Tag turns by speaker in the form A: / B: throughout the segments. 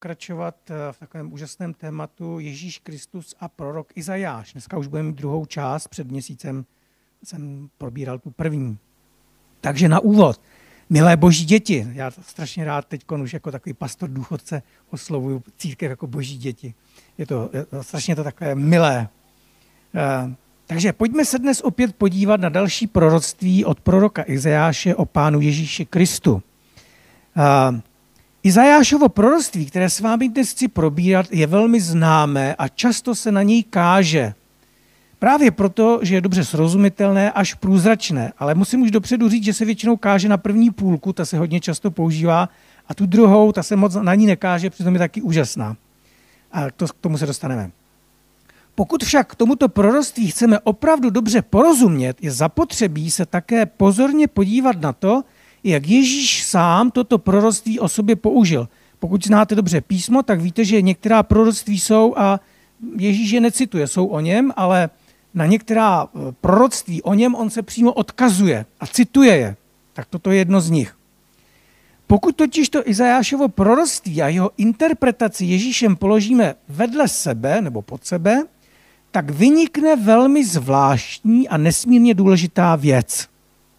A: pokračovat v takovém úžasném tématu Ježíš Kristus a prorok Izajáš. Dneska už budeme mít druhou část, před měsícem jsem probíral tu první. Takže na úvod, milé boží děti, já strašně rád teď už jako takový pastor důchodce oslovuju církev jako boží děti. Je to strašně to takové milé. Takže pojďme se dnes opět podívat na další proroctví od proroka Izajáše o Pánu Ježíši Kristu. Izajášovo proroctví, které s vámi dnes chci probírat, je velmi známé a často se na něj káže. Právě proto, že je dobře srozumitelné až průzračné, ale musím už dopředu říct, že se většinou káže na první půlku, ta se hodně často používá, a tu druhou, ta se moc na ní nekáže, přitom je taky úžasná. A k tomu se dostaneme. Pokud však k tomuto proroctví chceme opravdu dobře porozumět, je zapotřebí se také pozorně podívat na to, jak Ježíš sám toto proroctví o sobě použil. Pokud znáte dobře písmo, tak víte, že některá proroctví jsou a Ježíš je necituje, jsou o něm, ale na některá proroctví o něm on se přímo odkazuje a cituje je. Tak toto je jedno z nich. Pokud totiž to Izajášovo proroctví a jeho interpretaci Ježíšem položíme vedle sebe nebo pod sebe, tak vynikne velmi zvláštní a nesmírně důležitá věc.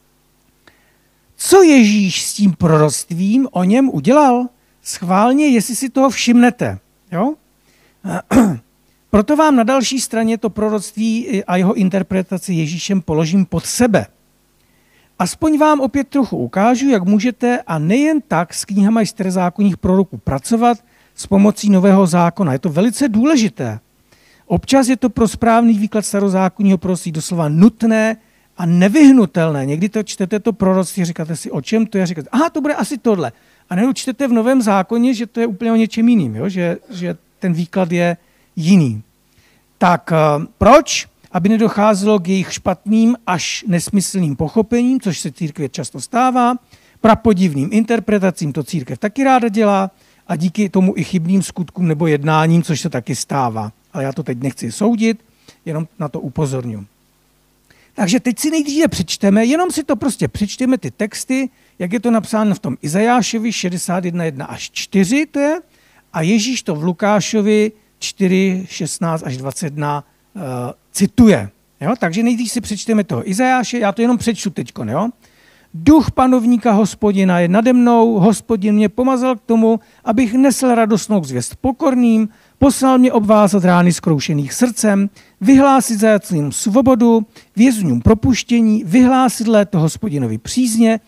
A: Co Ježíš s tím proroctvím o něm udělal? Schválně, jestli si toho všimnete. Jo? Proto vám na další straně to proroctví a jeho interpretaci Ježíšem položím pod sebe. Aspoň vám opět trochu ukážu, jak můžete a nejen tak s knihama starozákonních proroků pracovat s pomocí Nového zákona. Je to velice důležité. Občas je to pro správný výklad starozákonního proroctví doslova nutné a nevyhnutelné. Někdy to čtete to proroctví, říkáte si, o čem to je, říkáte, aha, to bude asi tohle. A nebo čtete v Novém zákoně, že to je úplně o něčem jiným, jo? Že ten výklad je jiný. Tak proč? Aby nedocházelo k jejich špatným až nesmyslným pochopením, což se církvi často stává, prapodivným interpretacím to církev taky ráda dělá a díky tomu i chybným skutkům nebo jednáním, což se taky stává. Ale já to teď nechci soudit, jenom na to upozorňuji. Takže teď si nejdříve přečteme, jenom si to prostě přečteme ty texty, jak je to napsáno v tom Izajášovi 61:1 až 4, to je, a Ježíš to v Lukášovi 4, 16 až 21 cituje. Jo? Takže nejdřív si přečteme toho Izajáše, já to jenom přečtu teďko. Jo? Duch panovníka Hospodina je nade mnou, Hospodin mě pomazal k tomu, abych nesl radostnou zvěst pokorným, poslal mě obvázat rány zkroušených srdcem, vyhlásit zajatcům svobodu, vězňům propuštění, vyhlásit léto Hospodinovi přízně,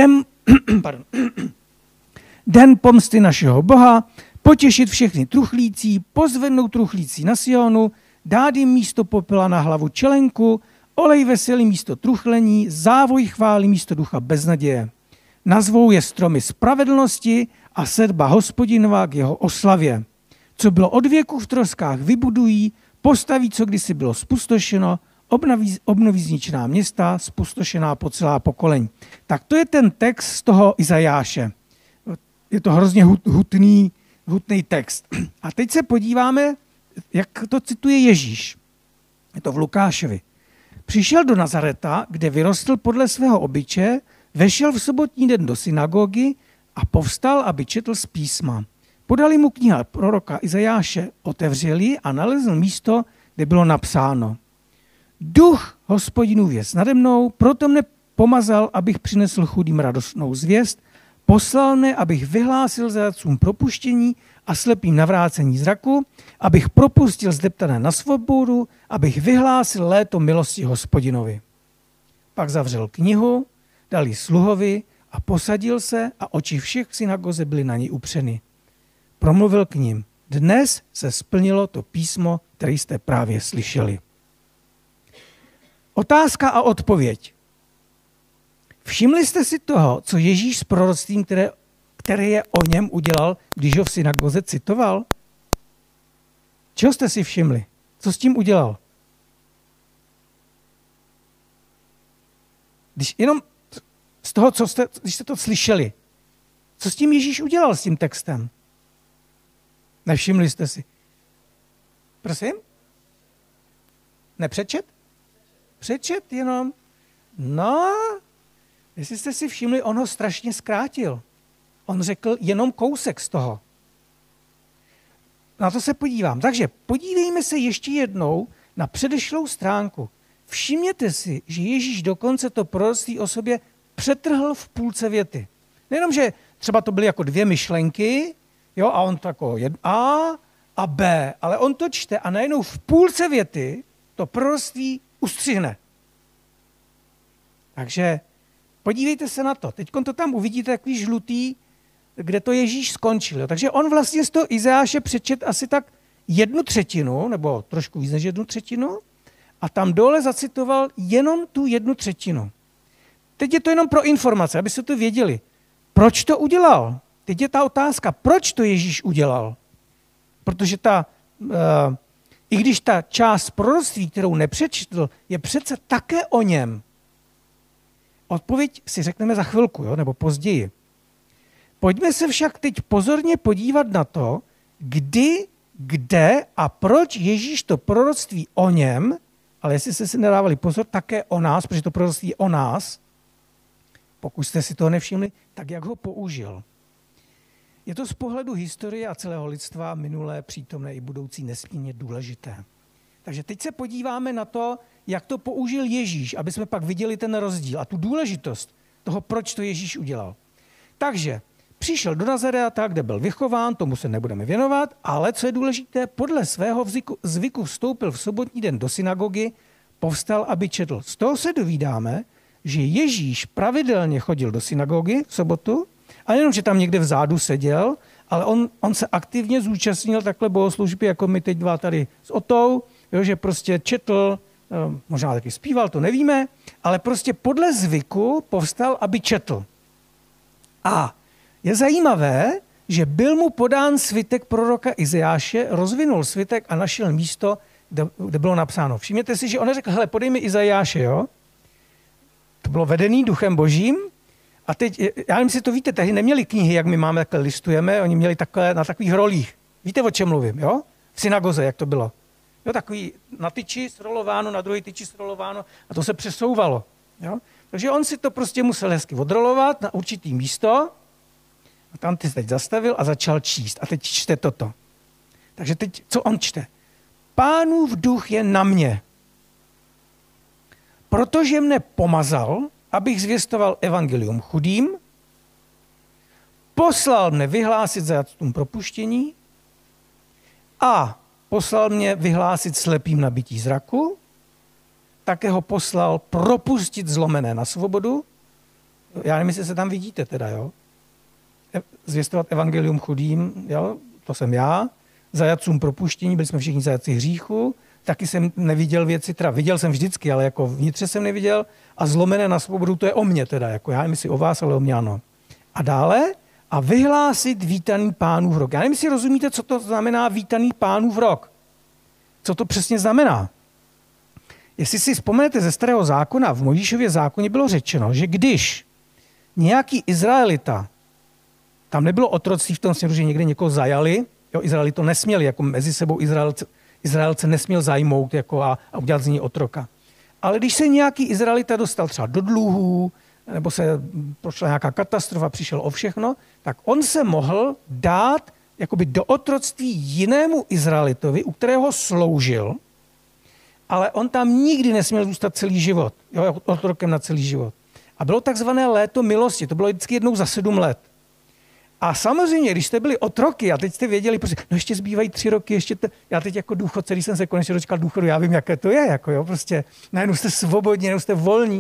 A: den pomsty našeho Boha, potěšit všechny truchlící, pozvednout truchlící na Sionu, dát jim místo popela na hlavu čelenku, olej veselý místo truchlení, závoj chvály místo ducha beznaděje. Nazvou je stromy spravedlnosti a sedba Hospodinova k jeho oslavě. Co bylo od věku v troskách vybudují, postaví, co kdysi bylo spustošeno, obnoví zničená města, spustošená po celá pokolení. Tak to je ten text z toho Izajáše. Je to hrozně hutný text. A teď se podíváme, jak to cituje Ježíš. Je to v Lukášovi. Přišel do Nazareta, kde vyrostl podle svého obyčeje, vešel v sobotní den do synagogy a povstal, aby četl z písma. Podali mu kniha proroka Izajáše, otevřeli a nalezl místo, kde bylo napsáno. Duch Hospodinův jest nade mnou, proto mne pomazal, abych přinesl chudým radostnou zvěst, poslal mne, abych vyhlásil zajatcům propuštění a slepým navrácení zraku, abych propustil zdeptané na svobodu, abych vyhlásil léto milosti Hospodinovi. Pak zavřel knihu, dal ji sluhovi a posadil se a oči všech v synagoze byly na něj upřeny. Promluvil k nim. Dnes se splnilo to písmo, které jste právě slyšeli. Otázka a odpověď. Všimli jste si toho, co Ježíš s proroctvím, které je o něm udělal, když ho v synagoze citoval? Čeho jste si všimli? Co s tím udělal? Jenom z toho, když jste to slyšeli, co s tím Ježíš udělal s tím textem? Nevšimli jste si? Prosím? Nepřečet? Přečet jenom. No, jestli jste si všimli, on ho strašně zkrátil. On řekl jenom kousek z toho. na to se podívám. Takže podívejme se ještě jednou na předešlou stránku. Všimněte si, že Ježíš dokonce to proroctví o sobě přetrhl v půlce věty. Nejenom, že třeba to byly jako dvě myšlenky, jo, a on to jako A a B, ale on to čte a najednou v půlce věty to proroctví ustřihne. Takže podívejte se na to. Teď to tam uvidíte takový žlutý, kde to Ježíš skončil. Jo. Takže on vlastně z toho Izajáše přečet asi tak 1/3, nebo trošku víc než 1/3, a tam dole zacitoval jenom tu 1/3. Teď je to jenom pro informace, aby se to věděli. Proč to udělal? Teď je ta otázka, proč to Ježíš udělal? Protože i když ta část proroctví, kterou nepřečetl, je přece také o něm. Odpověď si řekneme za chvilku, jo, nebo později. Pojďme se však teď pozorně podívat na to, kdy, kde a proč Ježíš to proroctví o něm, ale jestli jste si nedávali pozor, také o nás, protože to proroctví je o nás, pokud jste si toho nevšimli, tak jak ho použil. Je to z pohledu historie a celého lidstva minulé, přítomné i budoucí nesmírně důležité. Takže teď se podíváme na to, jak to použil Ježíš, aby jsme pak viděli ten rozdíl a tu důležitost toho, proč to Ježíš udělal. Takže přišel do Nazaréta, kde byl vychován, tomu se nebudeme věnovat, ale co je důležité, podle svého zvyku vstoupil v sobotní den do synagogy, povstal, aby četl. Z toho se dovídáme, že Ježíš pravidelně chodil do synagogy v sobotu, a nejenom, že tam někde vzadu seděl, ale on se aktivně zúčastnil takhle bohoslužby, jako my teď dva tady s Otou, jo, že prostě četl, možná taky zpíval, to nevíme, ale prostě podle zvyku povstal, aby četl. A je zajímavé, že byl mu podán svitek proroka Izajáše, rozvinul svitek a našel místo, kde bylo napsáno. Všimněte si, že on neřekl, hele, podej mi Izajáše, jo? To bylo vedený duchem božím. A teď, já nevím, jestli to víte, tehdy neměli knihy, jak my máme, takhle listujeme, oni měli takhle na takových rolích. Víte, o čem mluvím, jo? V synagoze, jak to bylo. Jo, takový na tyči srolováno, na druhý tyči srolováno a to se přesouvalo, jo? Takže on si to prostě musel hezky odrolovat na určitý místo a tam ty teď zastavil a začal číst. A teď čte toto. Takže teď, co on čte? Pánův duch je na mě, protože mne pomazal, abych zvěstoval evangelium chudým, poslal mne vyhlásit zajatcům propuštění a poslal mě vyhlásit slepým nabytí zraku, také ho poslal propustit zlomené na svobodu. Já nevím, jestli se tam vidíte teda, jo. Zvěstovat evangelium chudým, jo, to jsem já. Zajatcům propuštění, byli jsme všichni zajatci hříchu. Taky jsem neviděl věci, teda viděl jsem vždycky, ale jako vnitře jsem neviděl. A zlomené na svobodu, to je o mně teda, jako já nevím, jestli o vás, ale o mě ano. A dále, a vyhlásit vítaný Pánův rok. Já nevím, jestli rozumíte, co to znamená vítaný Pánův rok. Co to přesně znamená? Jestli si vzpomenete ze Starého zákona, v Mojžíšově zákoně bylo řečeno, že když nějaký Izraelita, tam nebylo otroctví v tom směru, že někde někoho zajali, jo, Izraeli to nesměli, jako mezi sebou Izraelce nesměl zajmout jako a udělat z něj otroka. Ale když se nějaký Izraelita dostal třeba do dluhů, nebo se prošla nějaká katastrofa, přišel o všechno, tak on se mohl dát jakoby do otroctví jinému Izraelitovi, u kterého sloužil, ale on tam nikdy nesměl zůstat celý život, jo, otrokem na celý život. A bylo takzvané léto milosti, to bylo vždycky jednou za 7 let. A samozřejmě, když jste byli otroky a teď jste věděli, prostě, no ještě zbývají 3 roky, já teď jako důchodce, když jsem se konečně dočkal důchodu, já vím, jaké to je, jako jo, prostě najednou jste svobodní, najednou jste volní.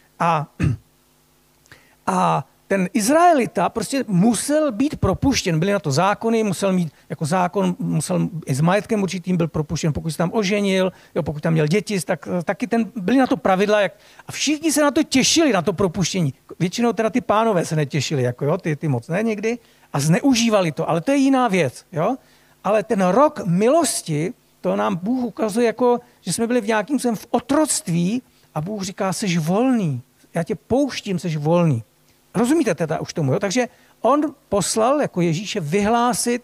A: A ten Izraelita prostě musel být propuštěn, byly na to zákony, musel mít jako zákon, musel i s majetkem určitým byl propuštěn, pokud se tam oženil, jo, pokud tam měl děti, tak taky byly na to pravidla, a všichni se na to těšili, na to propuštění. Většinou teda ty pánové se netěšili, jako jo, ty moc ne někdy, a zneužívali to, ale to je jiná věc, jo. Ale ten rok milosti, to nám Bůh ukazuje, jako, že jsme byli v nějakým svém v otroctví a Bůh říká, seš volný, já tě pouštím, seš volný. Rozumíte teda už tomu, jo? Takže on poslal jako Ježíše vyhlásit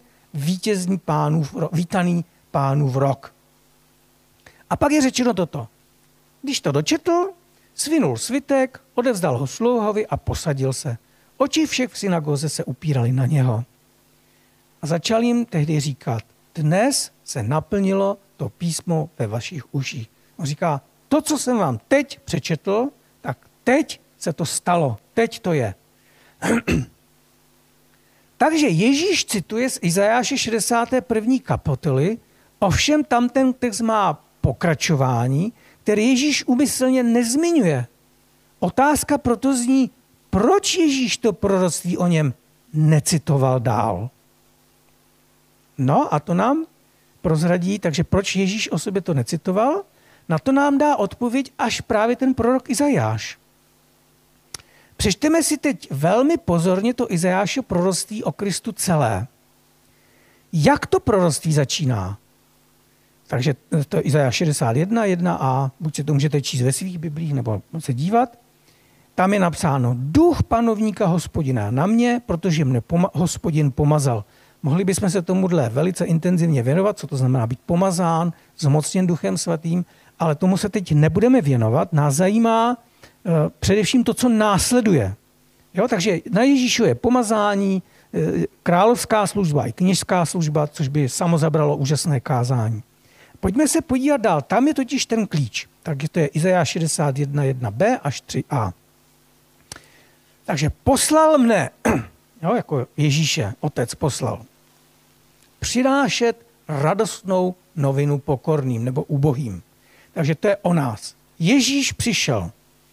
A: vítaný Pánův rok. A pak je řečeno toto. Když to dočetl, svinul svitek, odevzdal ho slouhovi a posadil se. Oči všech v synagoze se upírali na něho. A začal jim tehdy říkat, dnes se naplnilo to písmo ve vašich uších. On říká, to, co jsem vám teď přečetl, tak teď se to stalo, teď to je. Takže Ježíš cituje z Izajáše 61. kapitoly, ovšem tam ten text má pokračování, který Ježíš úmyslně nezmiňuje. Otázka proto zní, proč Ježíš to proroctví o něm necitoval dál. No a to nám prozradí, takže proč Ježíš o sobě to necitoval? Na to nám dá odpověď až právě ten prorok Izajáš. Přečteme si teď velmi pozorně to Izajáše proroctví o Kristu celé. Jak to proroctví začíná? Takže to je Izajáš 61, 1a, buď se to můžete číst ve svých biblích, nebo se dívat. Tam je napsáno, duch panovníka Hospodina na mě, protože mne Hospodin pomazal. Mohli bychom se tomuhle velice intenzivně věnovat, co to znamená být pomazán, zmocněn Duchem Svatým, ale tomu se teď nebudeme věnovat. Nás zajímá především to, co následuje. Jo, takže na Ježíšu je pomazání, královská služba i kněžská služba, což by samo zabralo úžasné kázání. Pojďme se podívat dál. Tam je totiž ten klíč. Takže to je Izajáš 61, 1b až 3a. Takže poslal mne, jo, jako Ježíše, otec poslal, přinášet radostnou novinu pokorným nebo ubohým. Takže to je o nás. Ježíš přišel.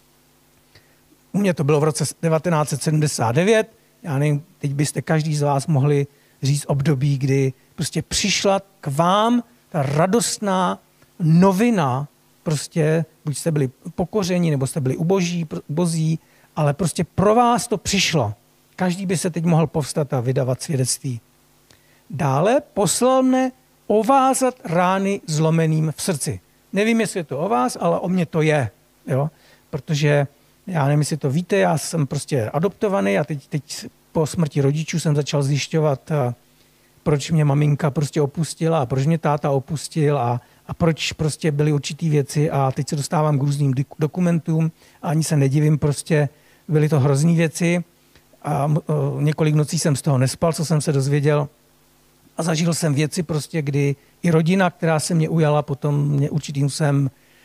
A: U mě to bylo v roce 1979. Já nevím, teď byste každý z vás mohli říct období, kdy prostě přišla k vám ta radostná novina, prostě buď jste byli pokoření, nebo jste byli ubozí, ale prostě pro vás to přišlo. Každý by se teď mohl povstat a vydávat svědectví. Dále poslal mne ovázat rány zlomeným v srdci. Nevím, jestli je to o vás, ale o mě to je. Jo? Protože já nevím, jestli to víte, já jsem prostě adoptovaný a teď po smrti rodičů jsem začal zjišťovat, proč mě maminka prostě opustila a proč mě táta opustil a proč prostě byly určitý věci a teď se dostávám k různým dokumentům a ani se nedivím, prostě byly to hrozný věci a několik nocí jsem z toho nespal, co jsem se dozvěděl a zažil jsem věci prostě, kdy i rodina, která se mě ujala, potom mě určitým jsme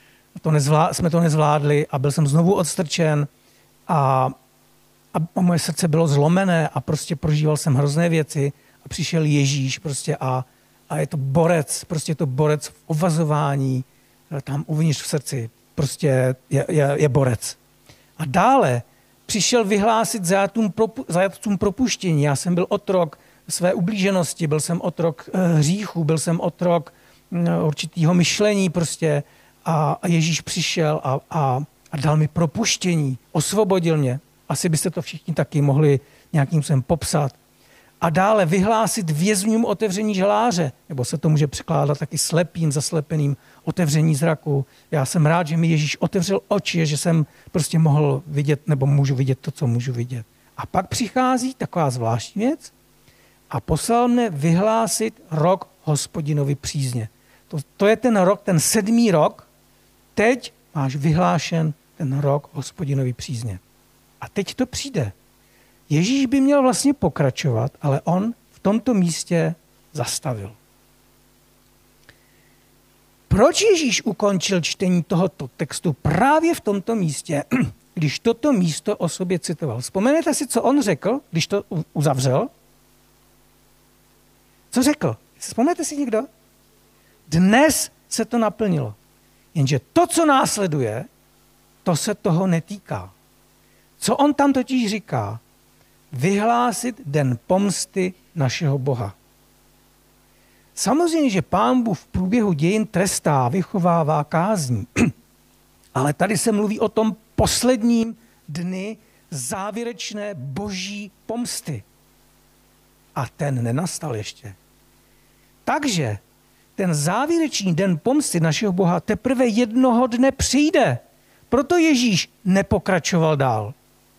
A: to nezvládli a byl jsem znovu odstrčen a moje srdce bylo zlomené a prostě prožíval jsem hrozné věci a přišel Ježíš prostě a je to borec, prostě je to borec v ovazování, tam uvnitř v srdci, prostě je borec. A dále přišel vyhlásit zajatcům propuštění. Já jsem byl otrok své ublíženosti, byl jsem otrok hříchu, byl jsem otrok určitého myšlení prostě a Ježíš přišel a dal mi propuštění, osvobodil mě. Asi byste to všichni taky mohli nějakým způsobem popsat. A dále vyhlásit vězňům otevření žaláře, nebo se to může překládat taky slepým, zaslepeným otevření zraku. Já jsem rád, že mi Ježíš otevřel oči, že jsem prostě mohl vidět, nebo můžu vidět to, co můžu vidět. A pak přichází taková zvláštní věc a poslal mne vyhlásit rok Hospodinovi přízně. To je ten rok, ten 7. rok. Teď máš vyhlášen ten rok Hospodinovi přízně. A teď to přijde. Ježíš by měl vlastně pokračovat, ale on v tomto místě zastavil. Proč Ježíš ukončil čtení tohoto textu právě v tomto místě, když toto místo o sobě citoval? Vzpomenete si, co on řekl, když to uzavřel? Co řekl? Vzpomenete si někdo? Dnes se to naplnilo. Jenže to, co následuje, to se toho netýká. Co on tam totiž říká? Vyhlásit den pomsty našeho Boha. Samozřejmě, že Pán Bůh v průběhu dějin trestá, vychovává kázní, ale tady se mluví o tom posledním dni závěrečné boží pomsty. A ten nenastal ještě. Takže ten závěrečný den pomsty našeho Boha teprve jednoho dne přijde. Proto Ježíš nepokračoval dál.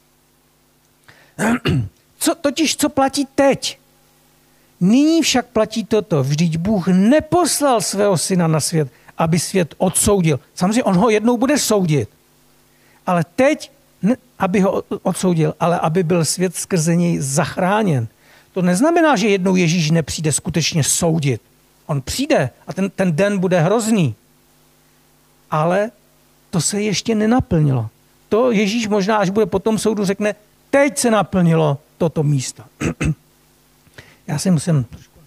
A: Co platí teď? Nyní však platí toto. Vždyť Bůh neposlal svého syna na svět, aby svět odsoudil. Samozřejmě on ho jednou bude soudit. Ale teď, aby ho odsoudil, ale aby byl svět skrze něj zachráněn. To neznamená, že jednou Ježíš nepřijde skutečně soudit. On přijde a ten den bude hrozný. Ale to se ještě nenaplnilo. To Ježíš možná, až bude po tom soudu, řekne, teď se naplnilo toto místo. Já si musím trošku...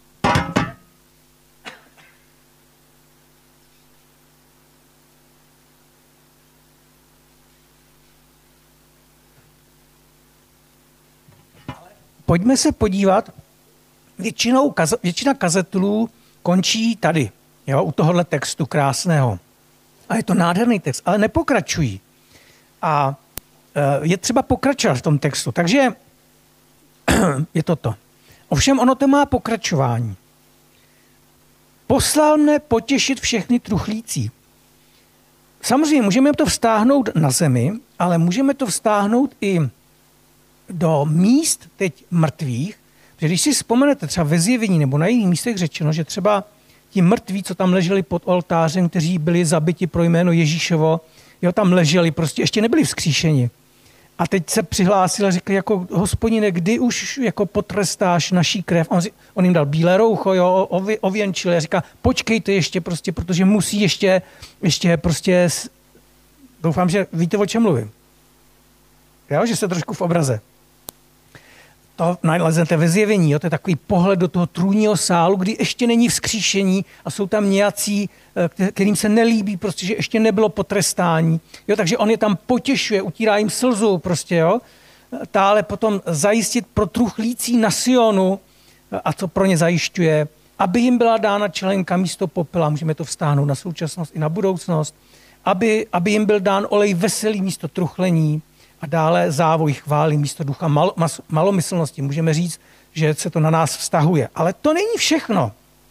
A: Pojďme se podívat, většina kazetlů končí tady, jo, u tohohle textu krásného. A je to nádherný text, ale nepokračují. A je třeba pokračovat v tom textu. Takže je to. Ovšem ono to má pokračování. Poslal mne potěšit všechny truchlící. Samozřejmě můžeme to vztáhnout na zemi, ale můžeme to vztáhnout i do míst teď mrtvých, protože když si vzpomenete třeba ve Zjevení nebo na jiných místech řečeno, že třeba ti mrtví, co tam leželi pod oltářem, kteří byli zabiti pro jméno Ježíšovo, jo, tam leželi, prostě ještě nebyli vzkříšeni. A teď se přihlásili a řekli, jako Hospodine, kdy už jako potrestáš naší krev? On jim dal bílé roucho, jo, ověnčil a říká, počkejte ještě prostě, protože musí ještě prostě, doufám, že víte, o čem mluvím. Jo, že jste trošku v obraze. To naleznete ve Zjevení, jo? To je takový pohled do toho trůního sálu, kdy ještě není vzkříšení a jsou tam nějací, kterým se nelíbí, prostě, že ještě nebylo potrestání. Jo? Takže on je tam potěšuje, utírá jim slzu, prostě, jo? Tále potom zajistit pro truchlící na Sionu, a co pro ně zajišťuje, aby jim byla dána čelenka místo popela, můžeme to vztáhnout na současnost i na budoucnost, aby jim byl dán olej veselý místo truchlení, a dále závoj chvály místo ducha malomyslnosti. Můžeme říct, že se to na nás vztahuje. Ale to není všechno.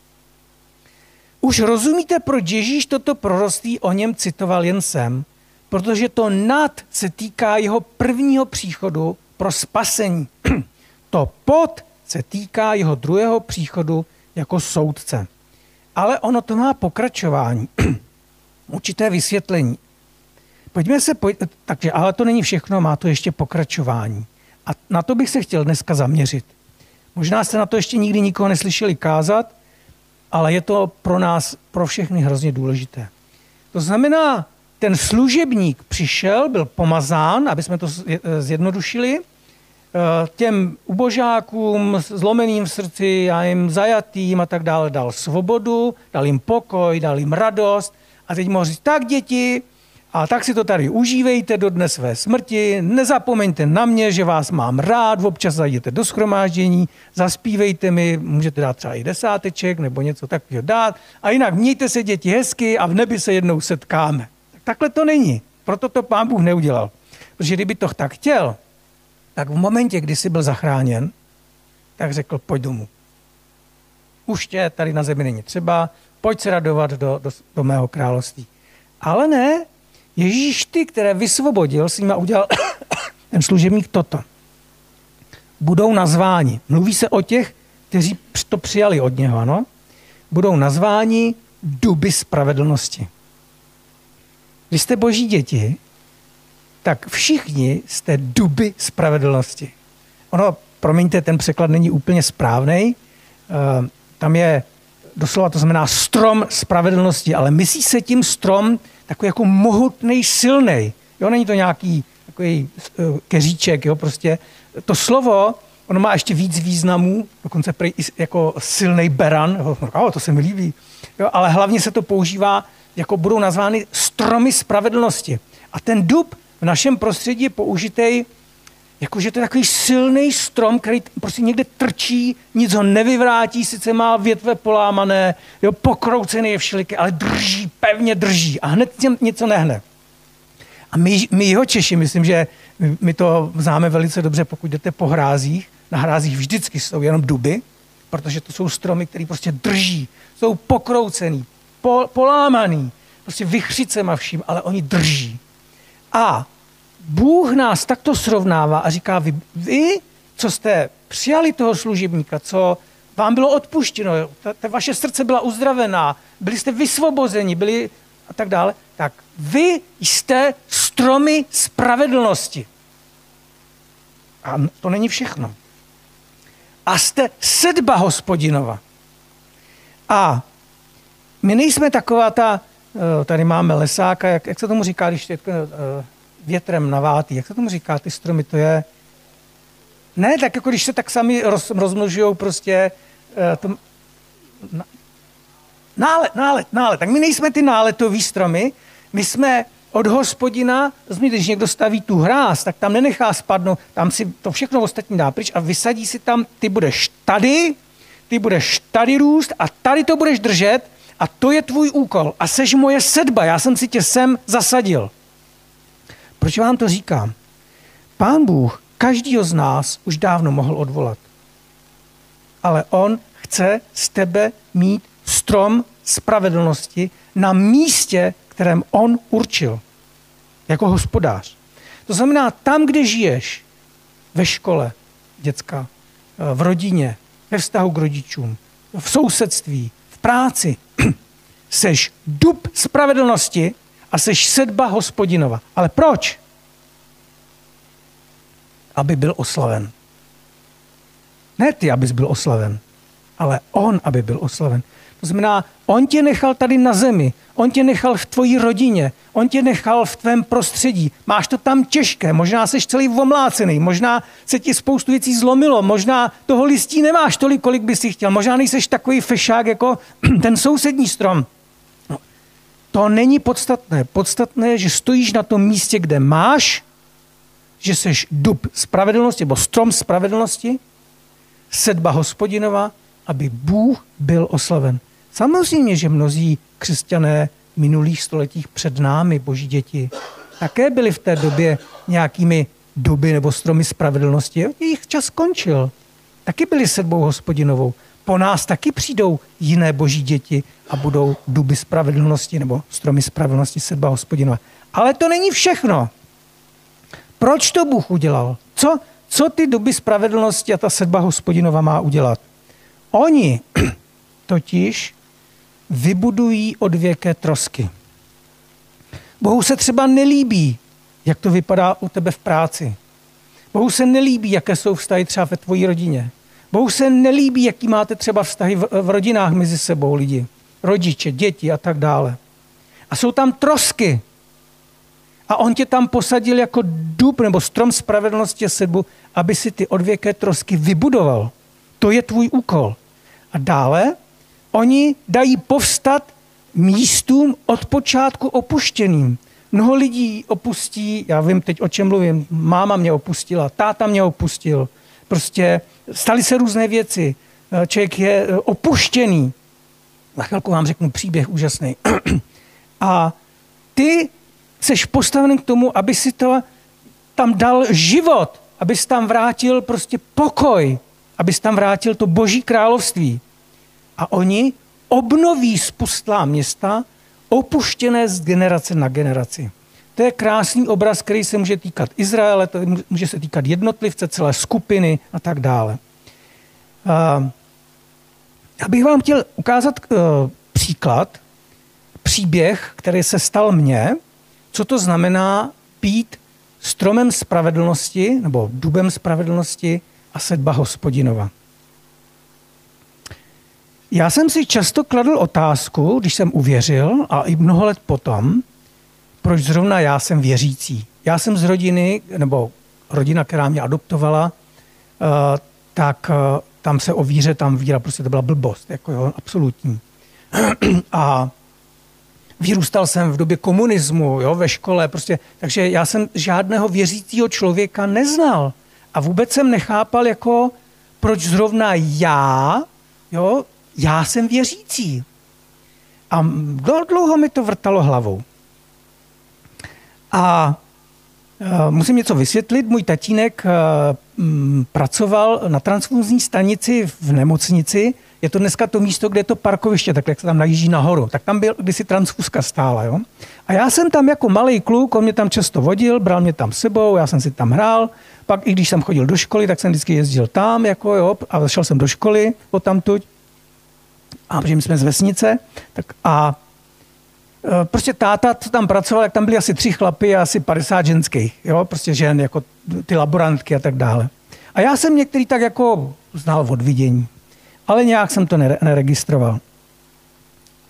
A: Už rozumíte, proč Ježíš toto proroctví o něm citoval jen sem? Protože to nad se týká jeho prvního příchodu pro spasení. To pod se týká jeho druhého příchodu jako soudce. Ale ono to má pokračování. Určité vysvětlení. Takže, ale to není všechno, má to ještě pokračování. A na to bych se chtěl dneska zaměřit. Možná jste na to ještě nikdy nikoho neslyšeli kázat, ale je to pro nás, pro všechny hrozně důležité. To znamená, ten služebník přišel, byl pomazán, aby jsme to zjednodušili, těm ubožákům, zlomeným v srdci, a jim zajatým a tak dále dal svobodu, dal jim pokoj, dal jim radost a teď mohl říct, tak děti, a tak si to tady užívejte do dne své smrti, nezapomeňte na mě, že vás mám rád, občas zajděte do shromáždění, zaspívejte mi, můžete dát třeba i desáteček nebo něco takového dát a jinak mějte se děti hezky a v nebi se jednou setkáme. Takhle to není, proto to Pán Bůh neudělal. Protože kdyby to tak chtěl, tak v momentě, kdy jsi byl zachráněn, tak řekl, pojď domů. Už tě tady na zemi není třeba, pojď se radovat do mého království. Ale ne, Ježíš ty, které vysvobodil, s nima udělal ten služebník toto. Budou nazváni. Mluví se o těch, kteří to přijali od něho, ano? Budou nazváni duby spravedlnosti. Když jste boží děti, tak všichni jste duby spravedlnosti. Ono, promiňte, ten překlad není úplně správnej. Tam je doslova, to znamená strom spravedlnosti, ale myslí se tím strom takový jako mohutnej, silnej. Jo, není to nějaký takový keříček, jo, prostě. To slovo, ono má ještě víc významů, dokonce jako silnej beran, to se mi líbí. Jo, ale hlavně se to používá, jako budou nazvány stromy spravedlnosti. A ten dub v našem prostředí je použitej, jakože to je takový silný strom, který prostě někde trčí, nic ho nevyvrátí, sice má větve polámané, jo, pokroucený je všeliky, ale drží, pevně drží a hned něco nehne. A my jeho Češi, myslím, že my to známe velice dobře, pokud jdete po hrázích. Na hrázích vždycky jsou jenom duby, protože to jsou stromy, které prostě drží, jsou pokroucený, polámaný, prostě vychřicema vším, ale oni drží. A Bůh nás takto srovnává a říká, vy, co jste přijali toho služebníka, co vám bylo odpuštěno, vaše srdce byla uzdravená, byli jste vysvobozeni, byli a tak dále, tak vy jste stromy spravedlnosti. A to není všechno. A jste sedba Hospodinova. A my nejsme taková ta, tady máme lesáka, jak se tomu říká, když je větrem navátý, jak se tomu říká, ty stromy, to je... Ne, tak jako když se tak sami rozmnožujou prostě... Nálet. Tak my nejsme ty náletový stromy, my jsme od Hospodina, když někdo staví tu hráz, tak tam nenechá spadnout, tam si to všechno ostatní dá pryč a vysadí si tam, ty budeš tady růst a tady to budeš držet a to je tvůj úkol a seš moje sedba, já jsem si tě sem zasadil. Proč vám to říkám? Pán Bůh každýho z nás už dávno mohl odvolat. Ale on chce z tebe mít strom spravedlnosti na místě, kterém on určil. Jako hospodář. To znamená, tam, kde žiješ, ve škole, děcka, v rodině, ve vztahu k rodičům, v sousedství, v práci, seš dub spravedlnosti a seš sedba Hospodinova. Ale proč? Aby byl oslaven. Ne ty, abys byl oslaven, ale on, aby byl oslaven. To znamená, on tě nechal tady na zemi, on tě nechal v tvojí rodině, on tě nechal v tvém prostředí. Máš to tam těžké, možná seš celý omlácený, možná se ti spoustu věcí zlomilo, možná toho listí nemáš tolik, kolik bys si chtěl, možná nejseš takový fešák jako ten sousední strom. No, to není podstatné. Podstatné je, že stojíš na tom místě, kde máš, že seš dub spravedlnosti, nebo strom spravedlnosti, sedba Hospodinova, aby Bůh byl oslaven. Samozřejmě, že mnozí křesťané v minulých stoletích před námi, boží děti, také byli v té době nějakými duby nebo stromy spravedlnosti. Jejich čas skončil. Taky byli sedbou Hospodinovou. Po nás taky přijdou jiné boží děti a budou duby spravedlnosti nebo stromy spravedlnosti, sedba Hospodinova. Ale to není všechno. Proč to Bůh udělal? Co ty duby spravedlnosti a ta sedba Hospodinova má udělat? Oni totiž vybudují odvěké trosky. Bohu se třeba nelíbí, jak to vypadá u tebe v práci. Bohu se nelíbí, jaké jsou vztahy třeba ve tvojí rodině. Bohu se nelíbí, jaký máte třeba vztahy v rodinách mezi sebou lidi. Rodiče, děti a tak dále. A jsou tam trosky. A on tě tam posadil jako dub nebo strom spravedlnosti a sedbu, aby si ty odvěké trosky vybudoval. To je tvůj úkol. A dále oni dají povstat místům od počátku opuštěným. Mnoho lidí opustí, já vím teď, o čem mluvím, máma mě opustila, táta mě opustil. Prostě staly se různé věci. Člověk je opuštěný. Na chvilku vám řeknu příběh úžasný. A ty seš postavený k tomu, aby si to tam dal život, abys tam vrátil prostě pokoj, abys tam vrátil to boží království. A oni obnoví spustlá města, opuštěné z generace na generaci. To je krásný obraz, který se může týkat Izraele, to může se týkat jednotlivce, celé skupiny a tak dále. Já bych vám chtěl ukázat příběh, který se stal mně, co to znamená být stromem spravedlnosti nebo dubem spravedlnosti a sedba Hospodinova. Já jsem si často kladl otázku, když jsem uvěřil a i mnoho let potom, proč zrovna já jsem věřící. Já jsem z rodiny, nebo rodina, která mě adoptovala, tak tam se o víře, tam víra, prostě to byla blbost, jako jo, absolutní. A vyrůstal jsem v době komunismu, jo, ve škole, prostě, takže já jsem žádného věřícího člověka neznal. A vůbec jsem nechápal, jako, proč zrovna já jsem věřící. A dlouho mi to vrtalo hlavou. A musím něco vysvětlit. Můj tatínek pracoval na transfuzní stanici v nemocnici. Je to dneska to místo, kde je to parkoviště, tak jak se tam najíždí nahoru. Tak tam byl kdysi transfuzka stála. Jo? A já jsem tam jako malej kluk, on mě tam často vodil, bral mě tam sebou, já jsem si tam hrál. Pak i když jsem chodil do školy, tak jsem vždycky jezdil tam jako, jo, a šel jsem do školy odtamtud. A protože my jsme z vesnice, tak a prostě táta, co tam pracoval, jak tam byli asi 3 chlapy a asi 50 ženských, jo, prostě žen, jako ty laborantky a tak dále. A já jsem některý tak jako znal od vidění, ale nějak jsem to neregistroval.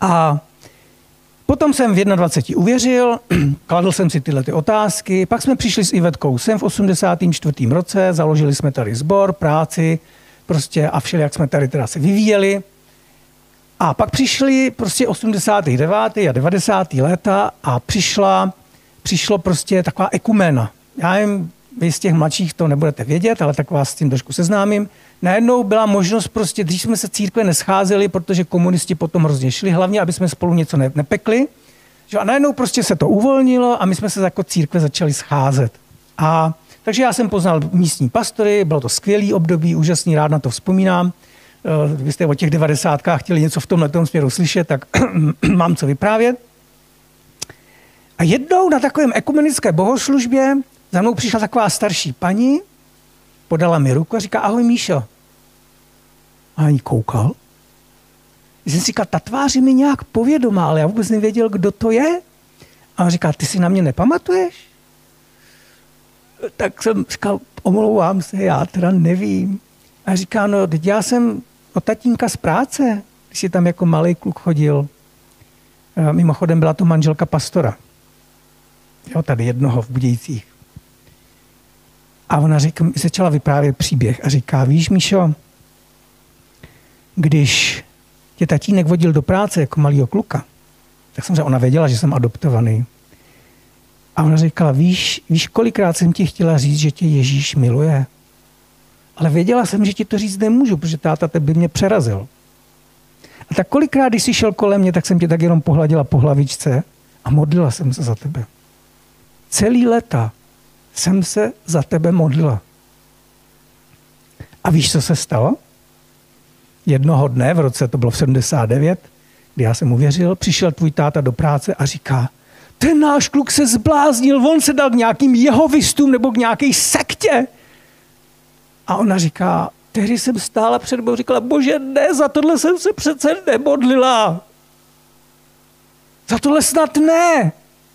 A: A potom jsem v 21 uvěřil, kladl jsem si tyhle ty otázky, pak jsme přišli s Ivetkou sem v 84. roce, založili jsme tady sbor, práci, prostě a všelijak jsme tady teda se vyvíjeli. A pak přišli prostě 89. a 90. léta a přišlo prostě taková ekumena. Já jim, vy z těch mladších to nebudete vědět, ale tak vás s tím trošku seznámím. Najednou byla možnost prostě, když jsme se církve nescházeli, protože komunisti potom hrozně šli, hlavně, aby jsme spolu něco nepekli. A najednou prostě se to uvolnilo a my jsme se jako církve začali scházet. Takže já jsem poznal místní pastory, bylo to skvělý období, úžasný, rád na to vzpomínám. Vy jste o těch 90kách chtěli něco v tomhle směru slyšet, tak mám co vyprávět. A jednou na takovém ekumenické bohoslužbě za mnou přišla taková starší paní, podala mi ruku a říká, ahoj Míšo. A já jí koukal. Já jsem si říkal, ta tvář je mi nějak povědomá, ale já vůbec nevěděl, kdo to je. A on říká, ty si na mě nepamatuješ? Tak jsem říkal, omlouvám se, já teda nevím. A říká, no, teď já jsem od tatínka z práce, když si tam jako malý kluk chodil. A mimochodem byla to manželka pastora. Jo, tady jednoho v Budějcích. A ona začala vyprávět příběh a říká, víš, Míšo, když tě tatínek vodil do práce jako malýho kluka, tak samozřejmě ona věděla, že jsem adoptovaný. A ona říkala, víš, kolikrát jsem ti chtěla říct, že tě Ježíš miluje. Ale věděla jsem, že ti to říct nemůžu, protože táta by mě přerazil. A tak kolikrát, když jsi šel kolem mě, tak jsem tě tak jenom pohladila po hlavičce a modlila jsem se za tebe. Celý léta jsem se za tebe modlila. A víš, co se stalo? Jednoho dne, v roce, to bylo v 79, kdy já jsem uvěřil, přišel tvůj táta do práce a říká, ten náš kluk se zbláznil, on se dal k nějakým jehovistům nebo k nějaké sektě. A ona říká, tehdy jsem stála před Bohem, říkala, bože, ne, za tohle jsem se přece nemodlila. Za tohle snad ne.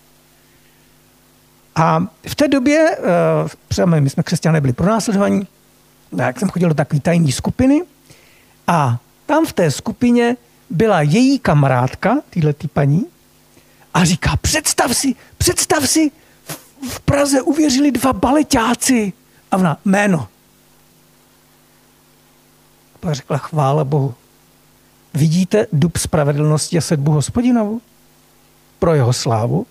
A: A v té době, my jsme křesťané byli pronásledovaní, tak jsem chodil do takové tajné skupiny a tam v té skupině byla její kamarádka, týhletý paní, a říká, představ si, v Praze uvěřili 2 baleťáci. A ona, jméno. Pak řekla, chvála Bohu. Vidíte dub spravedlnosti a sedbu Hospodinovu? Pro jeho slávu?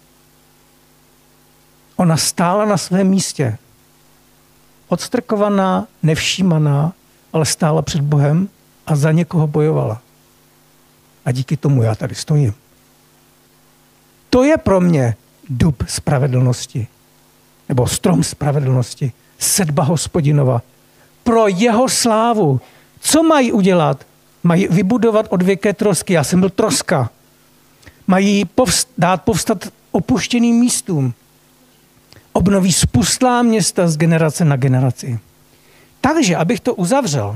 A: Ona stála na svém místě. Odstrkovaná, nevšímaná, ale stála před Bohem a za někoho bojovala. A díky tomu já tady stojím. To je pro mě dub spravedlnosti. Nebo strom spravedlnosti. Sedba Hospodinova. Pro jeho slávu. Co mají udělat? Mají vybudovat odvěké trosky. Já jsem byl troska. Mají dát povstat opuštěným místům. Obnoví spustlá města z generace na generaci. Takže, abych to uzavřel,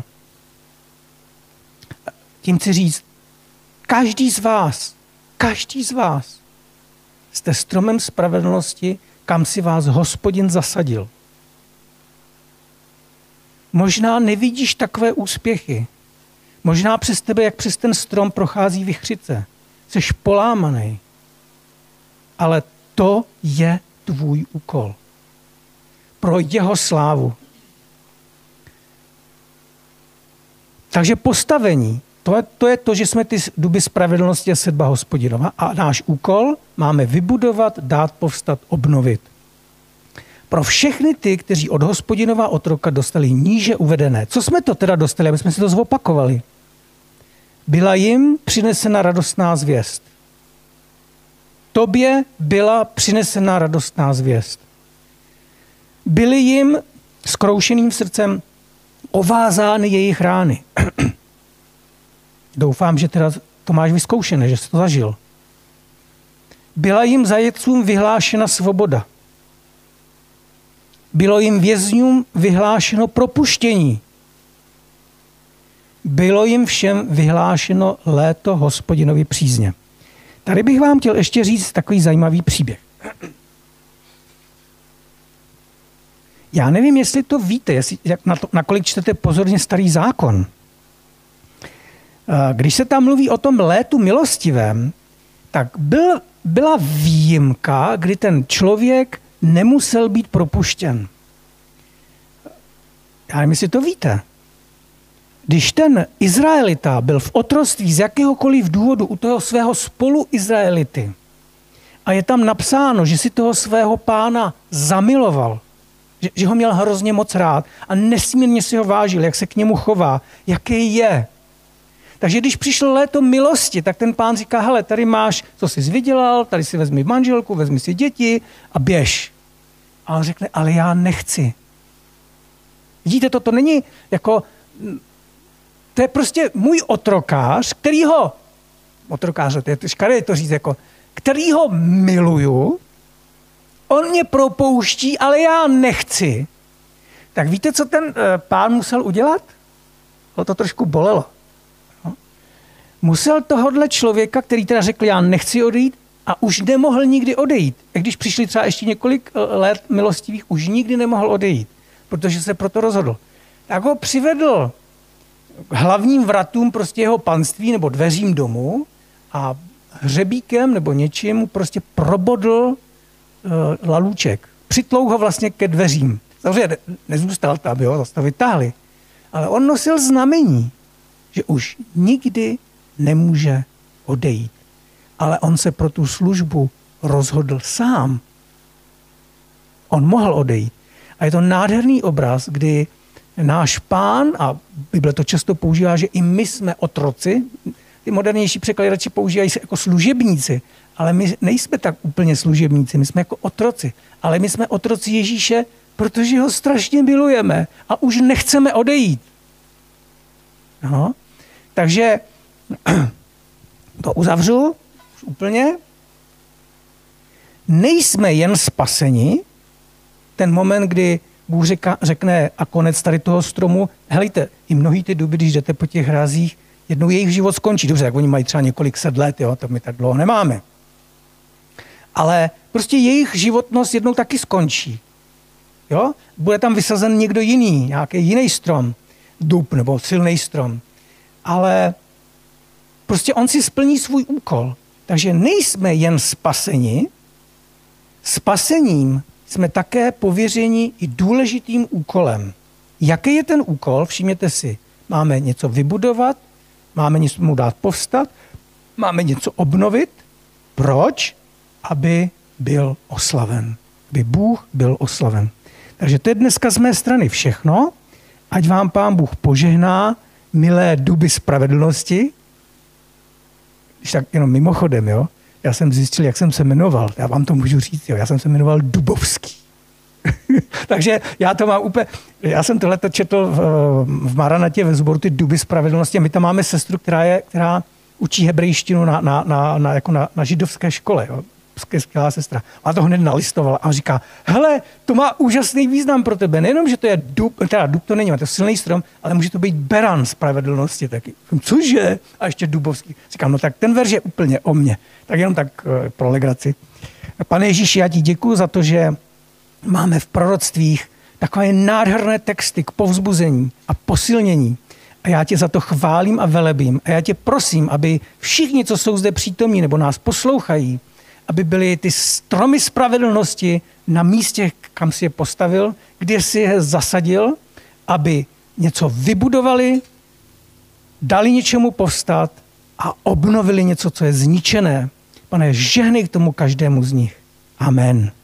A: tím chci říct, každý z vás jste stromem spravedlnosti, kam si vás Hospodin zasadil. Možná nevidíš takové úspěchy. Možná přes tebe, jak přes ten strom, prochází vichřice. Jseš polámaný. Ale to je tvůj úkol. Pro jeho slávu. Takže postavení, to je to, že jsme ty duby spravedlnosti a sedba Hospodinova a náš úkol máme vybudovat, dát povstat, obnovit. Pro všechny ty, kteří od Hospodinova otroka dostali níže uvedené. Co jsme to teda dostali, aby jsme si to zopakovali? Byla jim přinesena radostná zvěst. Tobě byla přinesena radostná zvěst. Byly jim zkroušeným srdcem ovázány jejich rány. Doufám, že teda to máš vyzkoušené, že jsi to zažil. Byla jim zajetcům vyhlášena svoboda. Bylo jim vězňům vyhlášeno propuštění. Bylo jim všem vyhlášeno léto Hospodinovy přízně. Tady bych vám chtěl ještě říct takový zajímavý příběh. Já nevím, jestli to víte, nakolik čtete pozorně Starý zákon. když se tam mluví o tom létu milostivém, tak byla výjimka, kdy ten člověk nemusel být propuštěn. Já nevím, jestli to víte. Když ten Izraelita byl v otroctví z jakéhokoliv důvodu u toho svého spoluizraelity a je tam napsáno, že si toho svého pána zamiloval, že ho měl hrozně moc rád a nesmírně si ho vážil, jak se k němu chová, jaký je. Takže když přišlo léto milosti, tak ten pán říká, hele, tady máš, co jsi vydělal, tady si vezmi manželku, vezmi si děti a běž. A on řekne, ale já nechci. Vidíte, to není jako, to je prostě můj otrokář, otrokář, to je škaredé to říct, jako, kterýho miluju, on mě propouští, ale já nechci. Tak víte, co ten pán musel udělat? To trošku bolelo. No. Musel tohodle člověka, který teda řekl, já nechci odejít, a už nemohl nikdy odejít. A když přišli třeba ještě několik let milostivých, už nikdy nemohl odejít, protože se proto rozhodl. Tak ho přivedl k hlavním vratům prostě jeho panství nebo dveřím domu a hřebíkem nebo něčím mu prostě probodl lalůček. Přitlouk ho vlastně ke dveřím. Samozřejmě nezůstal tam, jo, zase to vytáhli. Ale on nosil znamení, že už nikdy nemůže odejít. Ale on se pro tu službu rozhodl sám. On mohl odejít. A je to nádherný obraz, kdy náš pán, a Bible to často používá, že i my jsme otroci, ty modernější překlady radši používají se jako služebníci, ale my nejsme tak úplně služebníci, my jsme jako otroci. Ale my jsme otroci Ježíše, protože ho strašně milujeme a už nechceme odejít. No. Takže to uzavřu už úplně. Nejsme jen spaseni, ten moment, kdy Bůh řekne a konec tady toho stromu, helejte, i mnohý ty duby, když jdete po těch hrázích, jednou jejich život skončí. Dobře, jak oni mají třeba několik set let, jo, to my tak dlouho nemáme. Ale prostě jejich životnost jednou taky skončí. Jo? Bude tam vysazen někdo jiný, nějaký jiný strom, dub nebo silný strom. Ale prostě on si splní svůj úkol. Takže nejsme jen spaseni, spasením jsme také pověřeni i důležitým úkolem. Jaký je ten úkol? Všimněte si, máme něco vybudovat, máme něco mu dát povstat, máme něco obnovit. Proč? Aby byl oslaven. Aby Bůh byl oslaven. Takže to je dneska z mé strany všechno. Ať vám Pán Bůh požehná, milé duby spravedlnosti. Když tak jenom mimochodem, jo. Já jsem zjistil, jak jsem se jmenoval. Já vám to můžu říct, jo. Já jsem se jmenoval Dubovský. Takže já to mám úplně... Já jsem tohleto četl v Maranatě ve sboru ty duby spravedlnosti a my tam máme sestru, která učí hebrejštinu na židovské škole, jo. Skvělá sestra. A to hned nalistovala a říká, hele, to má úžasný význam pro tebe. Nejenom, že to je dub, teda dub to není, to je silný strom, ale může to být beran spravedlnosti taky. Cože? A ještě Dubovský. Říkám, no tak ten verš je úplně o mně. Tak jenom tak pro legraci. Pane Ježíši, já ti děkuju za to, že máme v proroctvích takové nádherné texty k povzbuzení a posilnění. A já tě za to chválím a velebím. A já tě prosím, aby všichni, co jsou zde přítomní nebo nás poslouchají, aby byly ty stromy spravedlnosti na místě, kam si je postavil, kde si je zasadil, aby něco vybudovali, dali něčemu povstat a obnovili něco, co je zničené. Pane, žehnej k tomu každému z nich. Amen.